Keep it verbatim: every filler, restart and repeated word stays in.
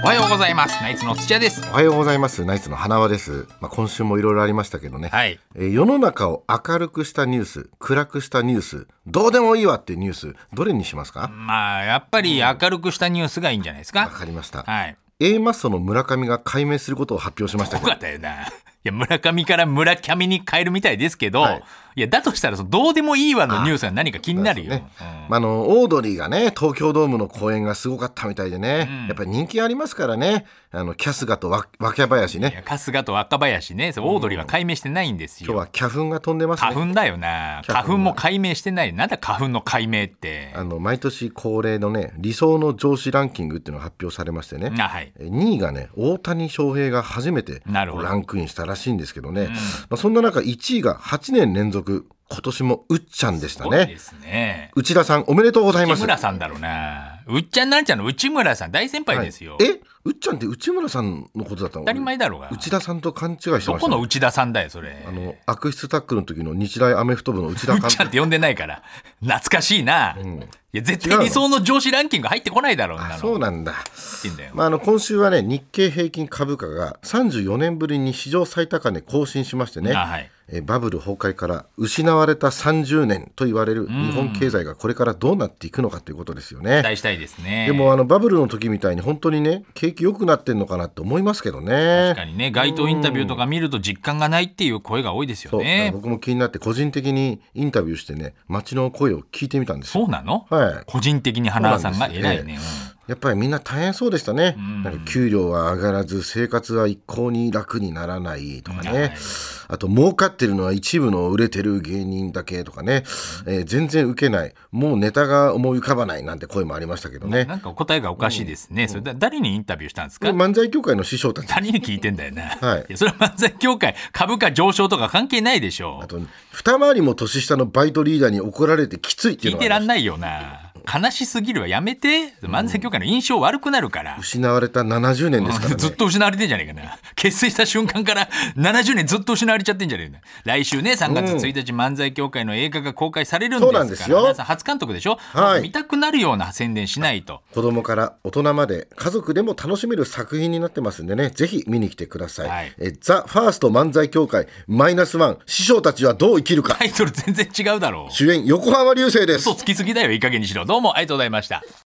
おはようございます。ナイツの土屋です。 おはようございます。ナイツの花輪です。まあ、今週もいろいろありましたけどね、 はい、 えー、世の中を明るくしたニュース、暗くしたニュース、どうでもいいわっていうニュース、どれにしますか？ まあやっぱり明るくしたニュースがいいんじゃないですか。 わかりました、 はい、 A マッソの村上が解明することを発表しましたけど。 よかったよな。いや村上から村キャミに変えるみたいですけど、 はい、 いやだとしたらそのどうでもいいわのニュースは何か気になるよ、 ね、 うんまあ、あのオードリーがね東京ドームの公演がすごかったみたいでね、うん、やっぱり人気ありますからね。あのキャスガと若林ね。 いや春日と若林ね、それオードリーは解明してないんですよ、 うん、今日は花粉が飛んでますね。 花粉だよな。花粉も解明してない。なんだ花粉の解明って。 あの毎年恒例のね理想の上司ランキングっていうのが発表されましてね、 はい、 にいがね大谷翔平が初めてランクインしたらしいんですけどね、うん、まあ、そんな中いちいがはちねん連続今年もうっちゃんでしたね。 すごいですね。 内田さんおめでとうございます。 内村さんだろうな。うっちゃんなんちゃんの内村さん大先輩ですよ、 はい、えうっちゃんって内村さんのことだったの？ 当たり前だろうが。 内田さんと勘違いしてました、ね、 どこの内田さんだよそれ。 あの悪質タックルの時の日大アメフト部の内田監督。 うっちゃんって呼んでないから懐かしいな、うん、いや絶対理想の上司ランキング入ってこないだろうなの。 そうなんだ。 いいんだよ、 まあ、あの今週はね日経平均株価がさんじゅうよねんぶりに史上最高値更新しましてね、 あ、はい、 えバブル崩壊から失われたさんじゅうねんと言われる日本経済がこれからどうなっていくのかということですよね。 期待したいですね。 でもあのバブルの時みたいに本当にね景気良くなってんのかなって思いますけどね。 確かにね、街頭インタビューとか見ると実感がないっていう声が多いですよね。 そう僕も気になって個人的にインタビューしてね街の声を聞いてみたんですよ。 そうなの？ はい、 個人的に花輪さんが偉いね。 やっぱりみんな大変そうでしたね。なんか給料は上がらず生活は一向に楽にならないとかね、はい、あと儲かってるのは一部の売れてる芸人だけとかね、えー、全然ウケない、もうネタが思い浮かばないなんて声もありましたけどね。 なんか答えがおかしいですね、うん、それだ誰にインタビューしたんですか？ 漫才協会の師匠たち。 誰に聞いてんだよな、 はい、 いやそれは漫才協会株価上昇とか関係ないでしょう。 あと二回りも年下のバイトリーダーに怒られてきついっていうのが聞いてらんないよな。悲しすぎるわ、やめて。漫才協会の印象悪くなるから、 うん、失われたななじゅうねんですからね。 ずっと失われてんじゃねえかな。結成した瞬間からななじゅうねんずっと失われちゃってんじゃねえかな。来週ねさんがつついたち、うん、漫才協会の映画が公開されるんですから。そうなんですよ。皆さん初監督でしょ、はい、見たくなるような宣伝しないと。 子供から大人まで家族でも楽しめる作品になってますんでね、ぜひ見に来てください、はい、えザ・ファースト漫才協会マイナスワン師匠たちはどう生きるか。 タイトル全然違うだろう。 主演横浜流星です。 嘘つきすぎだよ、いい加減にしろ。どうもありがとうございました。